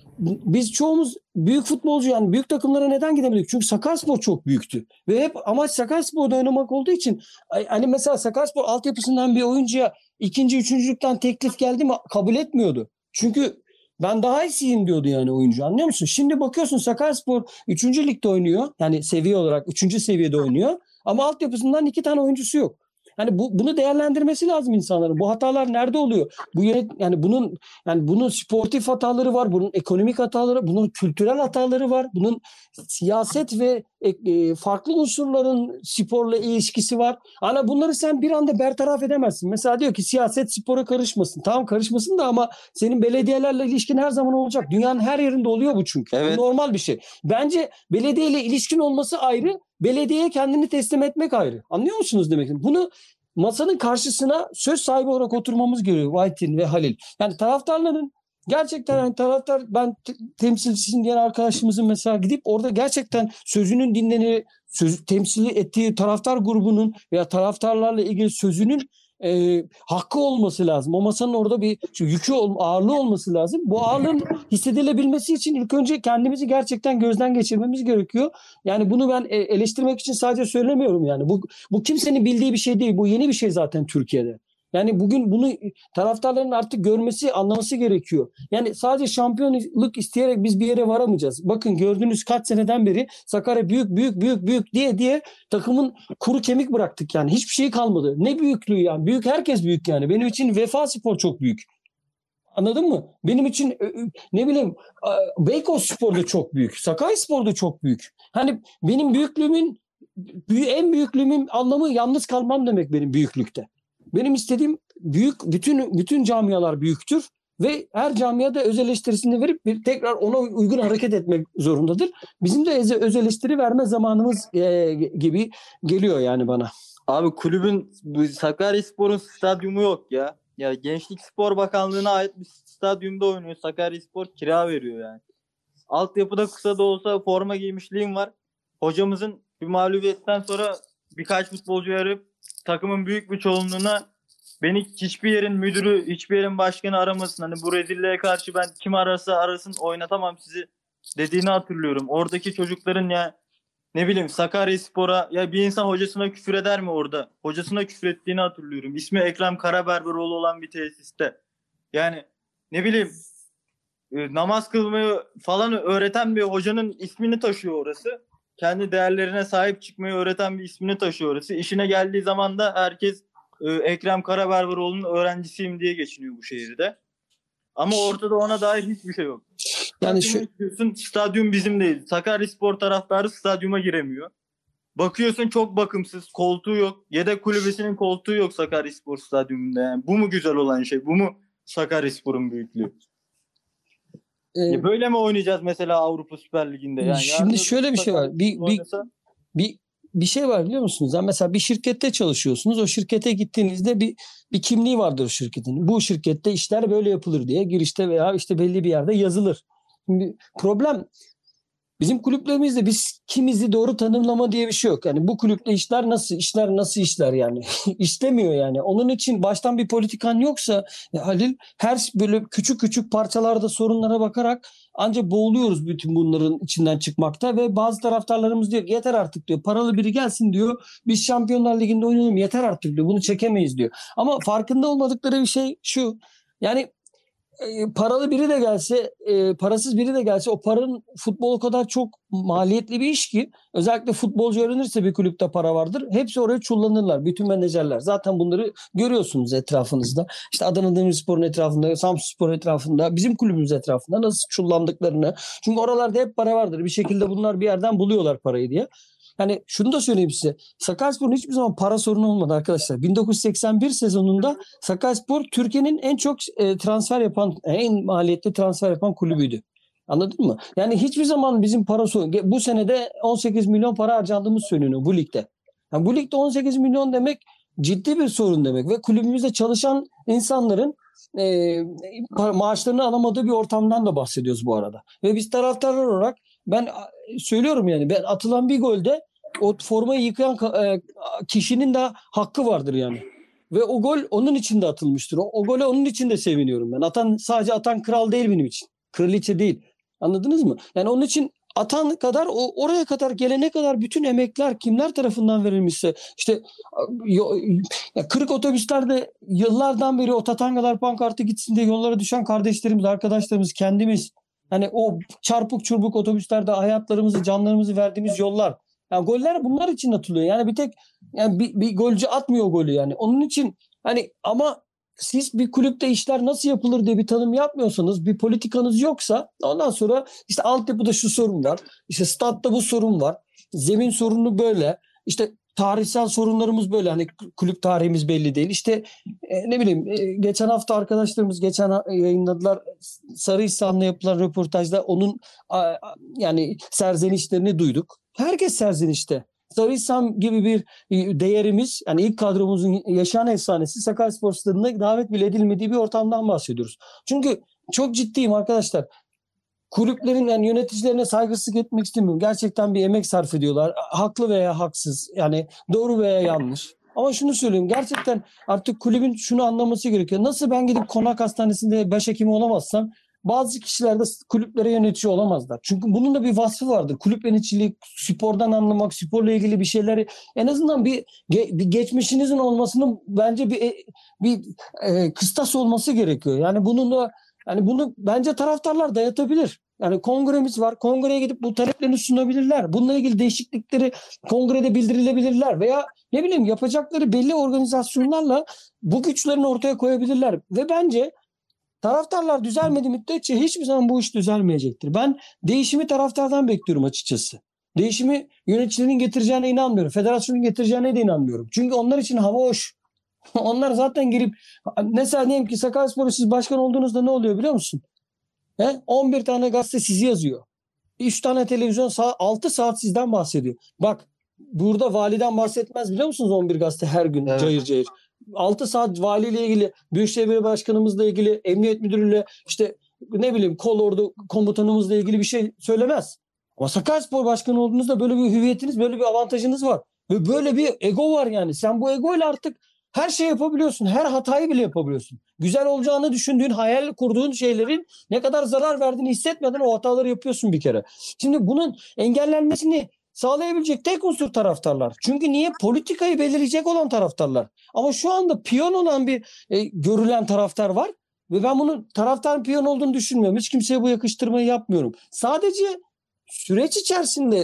Biz çoğumuz büyük futbolcu yani büyük takımlara neden gidemedik? Çünkü Sakaryaspor çok büyüktü. Ve hep amaç Sakaryaspor'da oynamak olduğu için hani mesela Sakaryaspor altyapısından bir oyuncuya ikinci, üçüncülükten teklif geldi mi kabul etmiyordu. Çünkü ben daha iyisiyim diyordu yani oyuncu, anlıyor musun? Şimdi bakıyorsun Sakaryaspor üçüncü ligde oynuyor. Yani seviye olarak üçüncü seviyede oynuyor. Ama altyapısından iki tane oyuncusu yok. Hani bu, bunu değerlendirmesi lazım insanların. Bu hatalar nerede oluyor? Bu yönet, yani bunun yani bunun sportif hataları var, bunun ekonomik hataları, bunun kültürel hataları var, bunun siyaset ve e, farklı unsurların sporla ilişkisi var. Hani bunları sen bir anda bertaraf edemezsin. Mesela diyor ki siyaset spora karışmasın. Tamam karışmasın da ama senin belediyelerle ilişkin her zaman olacak. Dünyanın her yerinde oluyor bu çünkü. Evet. Bu normal bir şey. Bence belediyeyle ilişkin olması ayrı, belediyeye kendini teslim etmek ayrı. Anlıyor musunuz demek? Bunu masanın karşısına söz sahibi olarak oturmamız gerekiyor White'in ve Halil. Yani taraftarların gerçekten yani taraftar ben te- temsilcisin diyen arkadaşımızın mesela gidip orada gerçekten sözünün dinleni söz, temsil ettiği taraftar grubunun veya taraftarlarla ilgili sözünün e, hakkı olması lazım. O masanın orada bir yükü ağırlığı olması lazım. Bu ağırlığın hissedilebilmesi için ilk önce kendimizi gerçekten gözden geçirmemiz gerekiyor. Yani bunu ben e, eleştirmek için sadece söylemiyorum yani. Bu bu kimsenin bildiği bir şey değil. Bu yeni bir şey zaten Türkiye'de. Yani bugün bunu taraftarların artık görmesi, anlaması gerekiyor. Yani sadece şampiyonluk isteyerek biz bir yere varamayacağız. Bakın gördüğünüz kaç seneden beri Sakarya büyük büyük büyük büyük diye diye takımın kuru kemik bıraktık yani. Hiçbir şey kalmadı. Ne büyüklüğü yani. Büyük herkes büyük yani. Benim için Vefaspor çok büyük. Anladın mı? Benim için ne bileyim Beykoz Spor da çok büyük. Sakaryaspor da çok büyük. Hani benim büyüklüğümün en büyüklüğümün anlamı yalnız kalmam demek benim büyüklükte. Benim istediğim büyük bütün bütün camialar büyüktür ve her camiada öz eleştirisini verip bir, tekrar ona uygun hareket etmek zorundadır. Bizim de öz eleştiri verme zamanımız e, gibi geliyor yani bana. Abi kulübün Sakaryaspor'un stadyumu yok ya. Ya Gençlik Spor Bakanlığı'na ait bir stadyumda oynuyor. Sakaryaspor kira veriyor yani. Altyapıda kısa da olsa forma giymişliğim var. Hocamızın bir mağlubiyetten sonra birkaç futbolcu arayıp takımın büyük bir çoğunluğuna beni hiçbir yerin müdürü, hiçbir yerin başkanı aramasın. Hani bu rezilliğe karşı ben kim ararsa arasın oynatamam sizi dediğini hatırlıyorum. Oradaki çocukların ya ne bileyim Sakaryaspor'a ya bir insan hocasına küfür eder mi orada? Hocasına küfür ettiğini hatırlıyorum. İsmi Ekrem Karaberberoğlu olan bir tesiste. Yani ne bileyim namaz kılmayı falan öğreten bir hocanın ismini taşıyor orası. kendi değerlerine sahip çıkmayı öğreten bir ismini taşıyor orası. İşine geldiği zaman da herkes e, Ekrem Karaberberoğlu'nun öğrencisiyim diye geçiniyor bu şehirde. Ama ortada ona dair hiçbir şey yok. Yani Stadyuma şu gidiyorsun, stadyum bizim değil. Sakaryaspor taraftarı stadyuma giremiyor. Bakıyorsun çok bakımsız, koltuğu yok. Yedek kulübesinin koltuğu yok Sakaryaspor stadyumunda. Yani bu mu güzel olan şey? Bu mu Sakaryaspor'un büyüklüğü? e, Ya böyle mi oynayacağız mesela Avrupa Süper Ligi'nde? Yani şimdi yarın şöyle bir şey var. Bir, bir, oynasa- bir bir şey var biliyor musunuz? Yani mesela bir şirkette çalışıyorsunuz. O şirkete gittiğinizde bir bir kimliği vardır o şirketin. Bu şirkette işler böyle yapılır diye girişte veya işte belli bir yerde yazılır. Şimdi problem bizim kulüplerimizde biz kimizi doğru tanımlama diye bir şey yok. Yani bu kulüpte işler nasıl, işler nasıl işler yani. İşlemiyor yani. Onun için baştan bir politikan yoksa ya Halil her böyle küçük küçük parçalarda sorunlara bakarak ancak boğuluyoruz bütün bunların içinden çıkmakta ve bazı taraftarlarımız diyor ki yeter artık diyor. Paralı biri gelsin diyor. Biz Şampiyonlar Ligi'nde oynayalım yeter artık diyor. Bunu çekemeyiz diyor. Ama farkında olmadıkları bir şey şu. Yani e, paralı biri de gelse, e, parasız biri de gelse o paranın futbol o kadar çok maliyetli bir iş ki özellikle futbolcu öğrenirse bir kulüpte para vardır. Hepsi oraya çullanırlar. Bütün menajerler. Zaten bunları görüyorsunuz etrafınızda. İşte Adana Demirspor'un etrafında, Samsunspor etrafında, bizim kulübümüz etrafında nasıl çullandıklarını. Çünkü oralarda hep para vardır. Bir şekilde bunlar bir yerden buluyorlar parayı diye. Yani şunu da söyleyeyim size. Sakaryaspor'un hiçbir zaman para sorunu olmadı arkadaşlar. bin dokuz yüz seksen bir sezonunda Sakaryaspor Türkiye'nin en çok e, transfer yapan, en maliyetli transfer yapan kulübüydü. Anladın mı? Yani hiçbir zaman bizim para sorunu. Bu senede on sekiz milyon para harcandığımız söyleniyor bu ligde. Yani bu ligde on sekiz milyon demek ciddi bir sorun demek ve kulübümüzde çalışan insanların e, maaşlarını alamadığı bir ortamdan da bahsediyoruz bu arada. Ve biz taraftarlar olarak ben söylüyorum yani ben atılan bir golde o formayı yıkayan kişinin de hakkı vardır yani. Ve o gol onun için de atılmıştır. O, o gole onun için de seviniyorum ben. Atan sadece atan kral değil benim için. Kraliçe değil. Anladınız mı? Yani onun için atan kadar o oraya kadar gelene kadar bütün emekler kimler tarafından verilmişse işte yo, ya kırık otobüslerde yıllardan beri o tatangalar pankartı gitsin diye yollara düşen kardeşlerimiz, arkadaşlarımız, kendimiz hani o çarpık çurbuk otobüslerde hayatlarımızı, canlarımızı verdiğimiz yollar. Yani goller bunlar için atılıyor. Yani bir tek yani bir, bir golcü atmıyor golü yani. Onun için hani ama siz bir kulüpte işler nasıl yapılır diye bir tanım yapmıyorsanız, bir politikanız yoksa ondan sonra işte altyapıda şu sorun var. İşte statta bu sorun var. Zemin sorunu böyle. İşte tarihsel sorunlarımız böyle. Hani kulüp tarihimiz belli değil. İşte e, ne bileyim e, geçen hafta arkadaşlarımız geçen yayınladılar. Sarıhisar'la yapılan röportajda onun a, yani serzenişlerini duyduk. Herkes serzenişte. Sarıhisar gibi bir değerimiz yani ilk kadromuzun yaşayan efsanesi Sakaryaspor Stadı'na davet bile edilmediği bir ortamdan bahsediyoruz. Çünkü çok ciddiyim arkadaşlar. Kulüplerin yani yöneticilerine saygısızlık etmek istemiyorum. Gerçekten bir emek sarf ediyorlar. Haklı veya haksız. Yani doğru veya yanlış. Ama şunu söyleyeyim. Gerçekten artık kulübün şunu anlaması gerekiyor. Nasıl ben gidip Konak Hastanesi'nde başhekimi olamazsam bazı kişiler de kulüplere yönetici olamazlar. Çünkü bunun da bir vasfı vardır. Kulüp yöneticiliği, spordan anlamak, sporla ilgili bir şeyleri en azından bir, bir geçmişinizin olmasının bence bir bir e, kıstas olması gerekiyor. Yani bunun da yani bunu bence taraftarlar dayatabilir. Yani kongremiz var. Kongreye gidip bu taleplerini sunabilirler. Bununla ilgili değişiklikleri kongrede bildirilebilirler veya ne bileyim yapacakları belli organizasyonlarla bu güçlerini ortaya koyabilirler. Ve bence taraftarlar düzelmediği müddetçe hiçbir zaman bu iş düzelmeyecektir. Ben değişimi taraftardan bekliyorum açıkçası. Değişimi yöneticilerin getireceğine inanmıyorum. Federasyonun getireceğine de inanmıyorum. Çünkü onlar için hava hoş. Onlar zaten girip mesela diyelim ki Sakaryaspor'u siz başkan olduğunuzda ne oluyor biliyor musun? He? on bir tane gazete sizi yazıyor. üç tane televizyon altı saat sizden bahsediyor. Bak burada validen bahsetmez biliyor musunuz on bir gazete her gün evet. Cayır cayır. altı saat valiyle ilgili, Büyükşehir Belediye Başkanımızla ilgili, Emniyet Müdürü'yle işte ne bileyim kolordu komutanımızla ilgili bir şey söylemez. Ama Sakaryaspor Başkanı olduğunuzda böyle bir hüviyetiniz, böyle bir avantajınız var. Ve böyle bir ego var yani. Sen bu egoyla artık her şey yapabiliyorsun. Her hatayı bile yapabiliyorsun. Güzel olacağını düşündüğün, hayal kurduğun şeylerin ne kadar zarar verdiğini hissetmeden o hataları yapıyorsun bir kere. Şimdi bunun engellenmesini sağlayabilecek tek unsur taraftarlar. Çünkü niye? Politikayı belirleyecek olan taraftarlar. Ama şu anda piyon olan bir e, görülen taraftar var. Ve ben bunun taraftarın piyon olduğunu düşünmüyorum. Hiç kimseye bu yakıştırmayı yapmıyorum. Sadece süreç içerisinde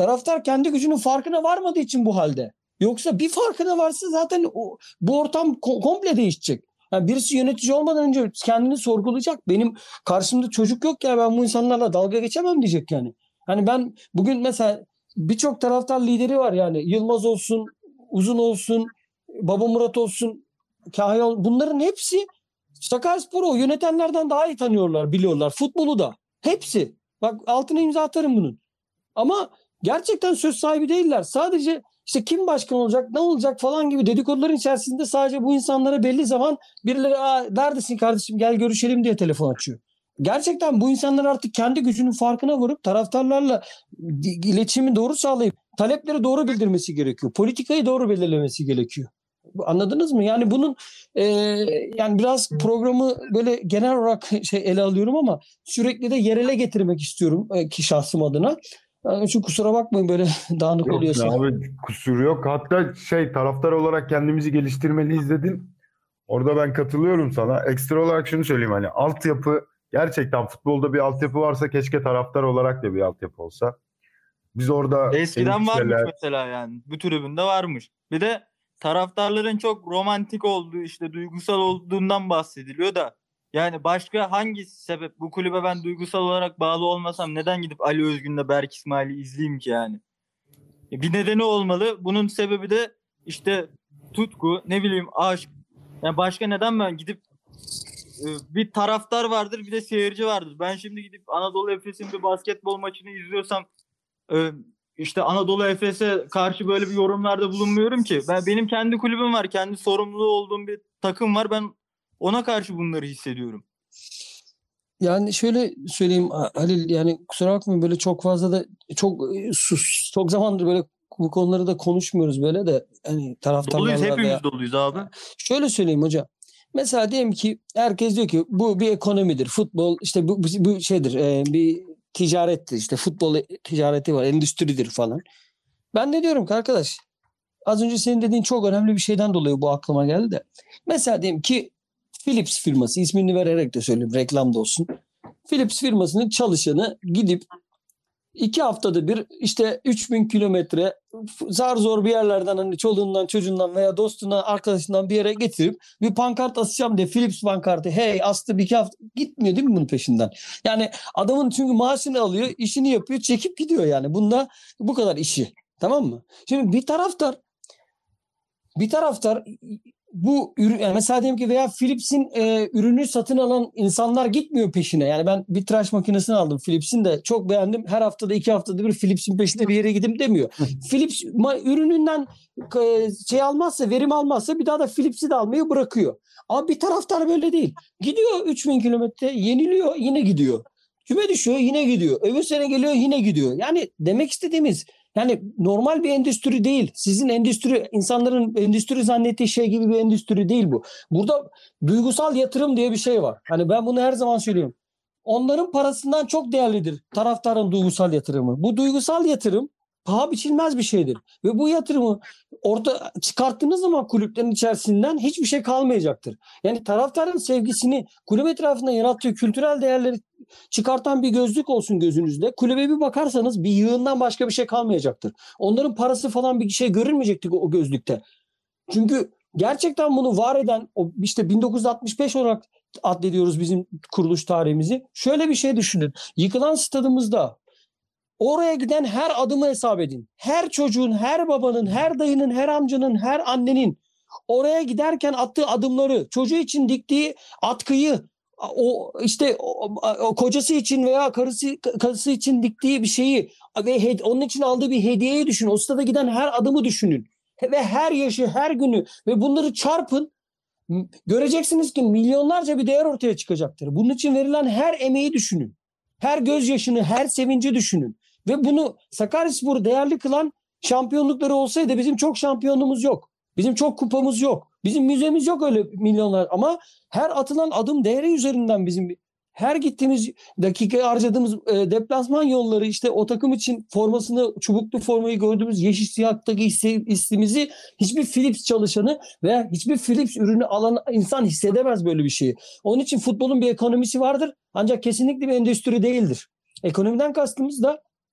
Taraftar kendi gücünün farkına varmadığı için bu halde. Yoksa bir farkına varsa zaten o, bu ortam ko- komple değişecek. Yani birisi yönetici olmadan önce kendini sorgulayacak. Benim karşımda çocuk yok ya, ben bu insanlarla dalga geçemem diyecek yani. Hani ben bugün mesela birçok taraftar lideri var yani. Yılmaz olsun, Uzun olsun, Baba Murat olsun, Kahya ol- bunların hepsi Sakaryaspor'u yönetenlerden daha iyi tanıyorlar, biliyorlar. Futbolu da. Hepsi. Bak altına imza atarım bunun. Ama gerçekten söz sahibi değiller. Sadece işte kim başkan olacak, ne olacak falan gibi dedikoduların içerisinde sadece bu insanlara belli zaman birileri Aa, neredesin kardeşim gel görüşelim diye telefon açıyor. Gerçekten bu insanlar artık kendi gücünün farkına varıp taraftarlarla iletişimi doğru sağlayıp talepleri doğru bildirmesi gerekiyor. Politikayı doğru belirlemesi gerekiyor. Anladınız mı? Yani bunun e, yani biraz programı böyle genel olarak şey ele alıyorum ama sürekli de yerele getirmek istiyorum e, ki şahsım adına. Yani şu kusura bakmayın böyle dağınık Yok oluyorsa. ya abi, kusur yok. Hatta şey, taraftar olarak kendimizi geliştirmeliyiz dedin. Orada ben katılıyorum sana. Ekstra olarak şunu söyleyeyim, hani altyapı, gerçekten futbolda bir altyapı varsa keşke taraftar olarak da bir altyapı olsa. Biz orada Eskiden varmış enişteler, mesela yani. Bu tribünde varmış. Bir de taraftarların çok romantik olduğu, işte duygusal olduğundan bahsediliyor da yani başka hangi sebep bu kulübe ben duygusal olarak bağlı olmasam neden gidip Ali Özgün'le Berk İsmail'i izleyeyim ki yani? E, Bir nedeni olmalı. Bunun sebebi de işte tutku, ne bileyim aşk. Yani başka neden ben gidip e, bir taraftar vardır, bir de seyirci vardır. Ben şimdi gidip Anadolu Efes'in bir basketbol maçını izliyorsam e, işte Anadolu Efes'e karşı böyle bir yorumlarda bulunmuyorum ki. Ben benim kendi kulübüm var, kendi sorumlu olduğum bir takım var. Ben ona karşı bunları hissediyorum. Yani şöyle söyleyeyim Halil, yani kusura bakmayın böyle çok fazla da çok e, sus, çok zamandır böyle bu konuları da konuşmuyoruz böyle de hani Doluyuz, taraftarlarla hepimiz veya doluyuz abi. şöyle söyleyeyim hocam. Mesela diyelim ki herkes diyor ki bu bir ekonomidir. Futbol işte bu, bu, bu şeydir e, bir ticarettir. İşte futbol ticareti var, endüstridir falan. Ben de diyorum ki arkadaş az önce senin dediğin çok önemli bir şeyden dolayı bu aklıma geldi de. Mesela diyelim ki Philips firması, ismini vererek de söyleyeyim reklam da olsun. Philips firmasının çalışanı gidip iki haftada bir işte üç bin kilometre zar zor bir yerlerden hani çoluğundan çocuğundan veya dostundan arkadaşından bir yere getirip bir pankart asacağım diye Philips pankartı hey astı bir iki hafta gitmiyor değil mi bunun peşinden? Yani adamın çünkü maaşını alıyor, işini yapıyor, çekip gidiyor yani. Bunda bu kadar işi. Tamam mı? Şimdi bir taraftar bir taraftar bu ürün yani mesela diyelim ki veya Philips'in e, ürünü satın alan insanlar gitmiyor peşine. Yani ben bir tıraş makinesini aldım Philips'in de çok beğendim. Her haftada iki haftada bir Philips'in peşine bir yere gidip demiyor. Philips ma- ürününden e, şey almazsa, verim almazsa bir daha da Philips'i de almayı bırakıyor. Ama bir taraftar böyle değil. Gidiyor üç bin kilometre, yeniliyor, yine gidiyor. Küme düşüyor, yine gidiyor. Öbür sene geliyor, yine gidiyor. Yani demek istediğimiz yani normal bir endüstri değil. Sizin endüstri, insanların endüstri zannettiği şey gibi bir endüstri değil bu. Burada duygusal yatırım diye bir şey var. Hani ben bunu her zaman söylüyorum. Onların parasından çok değerlidir taraftarın duygusal yatırımı. Bu duygusal yatırım paha biçilmez bir şeydir. Ve bu yatırımı orta çıkarttığınız zaman kulüplerin içerisinden hiçbir şey kalmayacaktır. Yani taraftarın sevgisini kulüp etrafında yarattığı kültürel değerleri çıkartan bir gözlük olsun gözünüzde. Kulübe bir bakarsanız bir yığından başka bir şey kalmayacaktır. Onların parası falan bir şey görünmeyecektir o gözlükte. Çünkü gerçekten bunu var eden o işte bin dokuz yüz altmış beş olarak addediyoruz bizim kuruluş tarihimizi. Şöyle bir şey düşünün. Yıkılan stadımızda oraya giden her adımı hesap edin. Her çocuğun, her babanın, her dayının, her amcanın, her annenin oraya giderken attığı adımları, çocuğu için diktiği atkıyı, o işte o, o kocası için veya karısı karısı için diktiği bir şeyi ve hed- onun için aldığı bir hediyeyi düşünün. O stada giden her adımı düşünün. Ve her yaşı, her günü ve bunları çarpın. Göreceksiniz ki milyonlarca bir değer ortaya çıkacaktır. Bunun için verilen her emeği düşünün. Her gözyaşını, her sevinci düşünün. Ve bunu Sakaryaspor'u değerli kılan şampiyonlukları olsaydı bizim çok şampiyonluğumuz yok. Bizim çok kupamız yok. Bizim müzemiz yok öyle milyonlar. Ama her atılan adım değeri üzerinden bizim her gittiğimiz dakika harcadığımız e, deplasman yolları işte o takım için formasını, çubuklu formayı gördüğümüz yeşil siyahtaki istimizi hiçbir Philips çalışanı veya hiçbir Philips ürünü alan insan hissedemez böyle bir şeyi. Onun için futbolun bir ekonomisi vardır ancak kesinlikle bir endüstri değildir. Ekonomiden kastımız da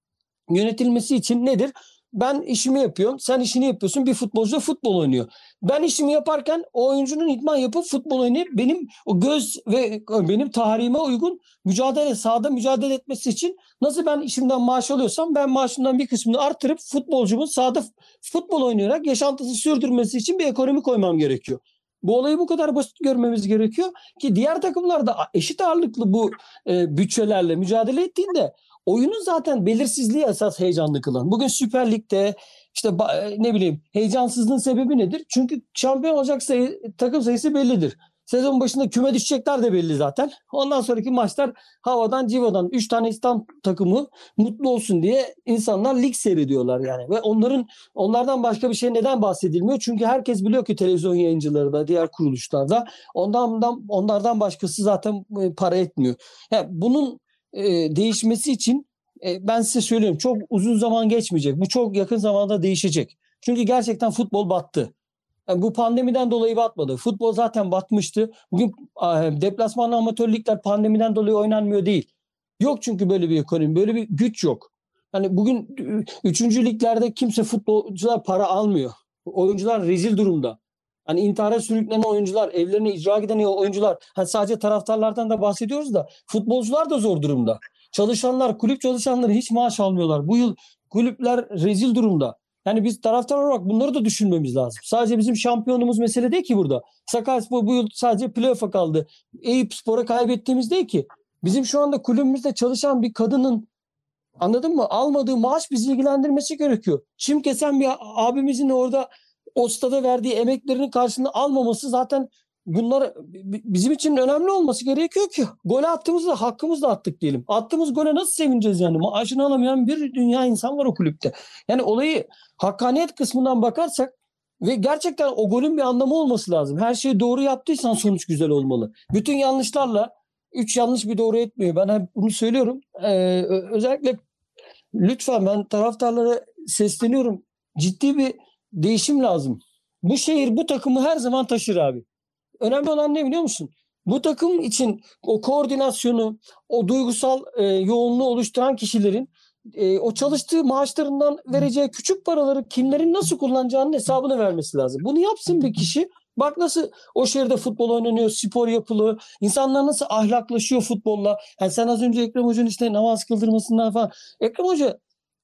yönetilmesi için nedir? Ben işimi yapıyorum, sen işini yapıyorsun. Bir futbolcu da futbol oynuyor. Ben işimi yaparken o oyuncunun idman yapıp futbol oynayıp benim o göz ve benim tarihime uygun mücadele, sahada mücadele etmesi için nasıl ben işimden maaş alıyorsam ben maaşımdan bir kısmını artırıp futbolcumun sahada futbol oynayarak yaşantısını sürdürmesi için bir ekonomi koymam gerekiyor. Bu olayı bu kadar basit görmemiz gerekiyor ki diğer takımlar da eşit ağırlıklı bu e, bütçelerle mücadele ettiğinde oyunun zaten belirsizliği esas heyecanlı kılan. Bugün Süper Lig'de işte ne bileyim heyecansızlığın sebebi nedir? Çünkü şampiyon olacak sayı, takım sayısı bellidir. Sezon başında küme düşecekler de belli zaten. Ondan sonraki maçlar havadan civadan üç tane İstanbul takımı mutlu olsun diye insanlar lig seyrediyorlar yani. Ve onların onlardan başka bir şey neden bahsedilmiyor? Çünkü herkes biliyor ki televizyon yayıncıları da diğer kuruluşlarda ondan onlardan başkası zaten para etmiyor. Yani bunun e, değişmesi için e, ben size söylüyorum çok uzun zaman geçmeyecek. Bu çok yakın zamanda değişecek. Çünkü gerçekten futbol battı. Yani bu pandemiden dolayı batmadı. Futbol zaten batmıştı. Bugün e, deplasmanlı amatör ligler pandemiden dolayı oynanmıyor değil. Yok çünkü böyle bir ekonomi, böyle bir güç yok. Hani bugün üçüncü liglerde kimse futbolcular para almıyor. Oyuncular rezil durumda. Hani intihara sürüklenen oyuncular, evlerine icra giden oyuncular. Hani sadece taraftarlardan da bahsediyoruz da futbolcular da zor durumda. Çalışanlar, kulüp çalışanları hiç maaş almıyorlar. Bu yıl kulüpler rezil durumda. Yani biz taraftar olarak bunları da düşünmemiz lazım. Sadece bizim şampiyonumuz mesele değil ki burada. Sakaryaspor bu yıl sadece playoff'a kaldı. Eyüpspor'a kaybettiğimiz değil ki. Bizim şu anda kulübümüzde çalışan bir kadının anladın mı? Almadığı maaş bizi ilgilendirmesi gerekiyor. Çim kesen bir abimizin orada o stada verdiği emeklerinin karşılığını almaması zaten bunlar bizim için önemli olması gerekiyor ki. Gol attığımızda hakkımızla attık diyelim. Attığımız gole nasıl sevineceğiz yani? Maaşını alamayan bir dünya insan var o kulüpte. Yani olayı hakkaniyet kısmından bakarsak ve gerçekten o golün bir anlamı olması lazım. Her şeyi doğru yaptıysan sonuç güzel olmalı. Bütün yanlışlarla üç yanlış bir doğru etmiyor. Ben hep bunu söylüyorum. Ee, özellikle lütfen ben taraftarlara sesleniyorum. Ciddi bir değişim lazım. Bu şehir bu takımı her zaman taşır abi. Önemli olan ne biliyor musun? Bu takım için o koordinasyonu, o duygusal e, yoğunluğu oluşturan kişilerin e, o çalıştığı maaşlarından vereceği küçük paraları kimlerin nasıl kullanacağının hesabını vermesi lazım. Bunu yapsın bir kişi. Bak nasıl o şehirde futbol oynanıyor, spor yapılıyor. İnsanlar nasıl ahlaklaşıyor futbolla. Yani sen az önce Ekrem Hoca'nın işte namaz kıldırmasından falan. Ekrem Hoca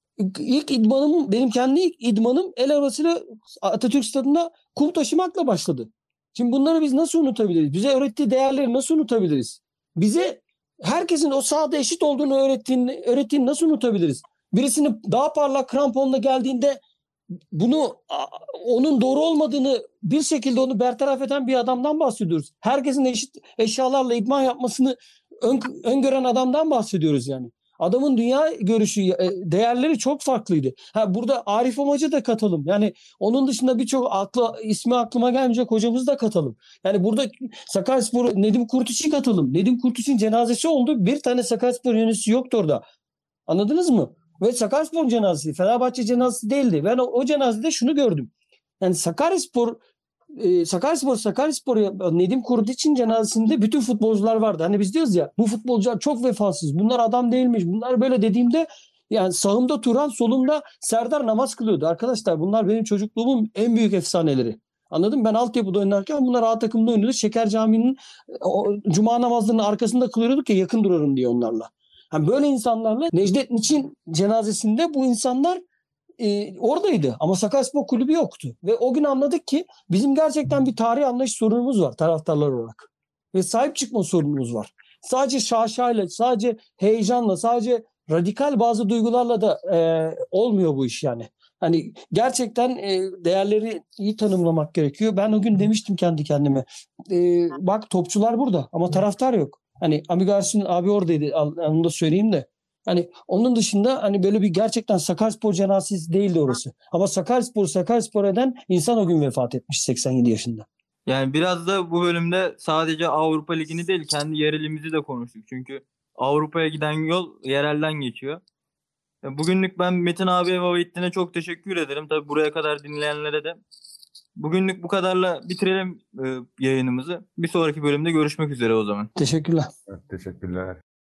ilk idmanım, benim kendi ilk idmanım el arasıyla Atatürk Stadı'nda kum taşımakla başladı. Şimdi bunları biz nasıl unutabiliriz? Bize öğrettiği değerleri nasıl unutabiliriz? Bize herkesin o sahada eşit olduğunu öğrettiğini, öğrettiğini nasıl unutabiliriz? Birisinin daha parlak kramponla geldiğinde bunu onun doğru olmadığını bir şekilde onu bertaraf eden bir adamdan bahsediyoruz. Herkesin eşit eşyalarla idman yapmasını ön, öngören adamdan bahsediyoruz yani. Adamın dünya görüşü, değerleri çok farklıydı. Ha, burada Arif Omacı da katalım. Yani onun dışında birçok aklı, ismi aklıma gelmeyecek hocamızı da katalım. Yani burada Sakaryaspor Nedim Kurtuş'u katalım. Nedim Kurtuş'un cenazesi oldu. Bir tane Sakaryaspor yöneticisi yoktu orada. Anladınız mı? Ve Sakaryaspor cenazesi, Fenerbahçe cenazesi değildi. Ben o, o cenazede şunu gördüm. Yani Sakaryaspor e, Sakaryaspor Sakaryaspor Nedim Kurtiç'in cenazesinde bütün futbolcular vardı. Hani biz diyoruz ya bu futbolcular çok vefasız. Bunlar adam değilmiş. Bunlar böyle dediğimde yani sağımda Turan, solumda Serdar namaz kılıyordu. Arkadaşlar bunlar benim çocukluğumun en büyük efsaneleri. Anladın mı? Ben altyapıda oynarken bunlar A takımda oynuyordu. Şeker Camii'nin o, cuma namazlarının arkasında kılıyorduk ya yakın durarım diye onlarla. Yani böyle insanlarla Necdet Niçin cenazesinde bu insanlar e, oradaydı ama Sakaryaspor kulübü yoktu. Ve o gün anladık ki bizim gerçekten bir tarih anlayış sorunumuz var taraftarlar olarak. Ve sahip çıkma sorunumuz var. Sadece şaşayla, sadece heyecanla, sadece radikal bazı duygularla da e, olmuyor bu iş yani. Hani gerçekten e, değerleri iyi tanımlamak gerekiyor. Ben o gün demiştim kendi kendime. E, bak topçular burada ama taraftar yok. Hani Amigars'ın abi oradaydı. Onu da söyleyeyim de. Hani onun dışında hani böyle bir gerçekten Sakaryaspor cenazesi değildi orası. Ama Sakaryaspor Sakaryaspor eden insan o gün vefat etmiş seksen yedi yaşında. Yani biraz da bu bölümde sadece Avrupa Ligi'ni değil kendi yerelimizi de konuştuk. Çünkü Avrupa'ya giden yol yerelden geçiyor. Bugünlük ben Metin abiye ve Vahittin'e çok teşekkür ederim. Tabii buraya kadar dinleyenlere de. Bugünlük bu kadarla bitirelim e, yayınımızı. Bir sonraki bölümde görüşmek üzere o zaman. Teşekkürler. Evet, teşekkürler.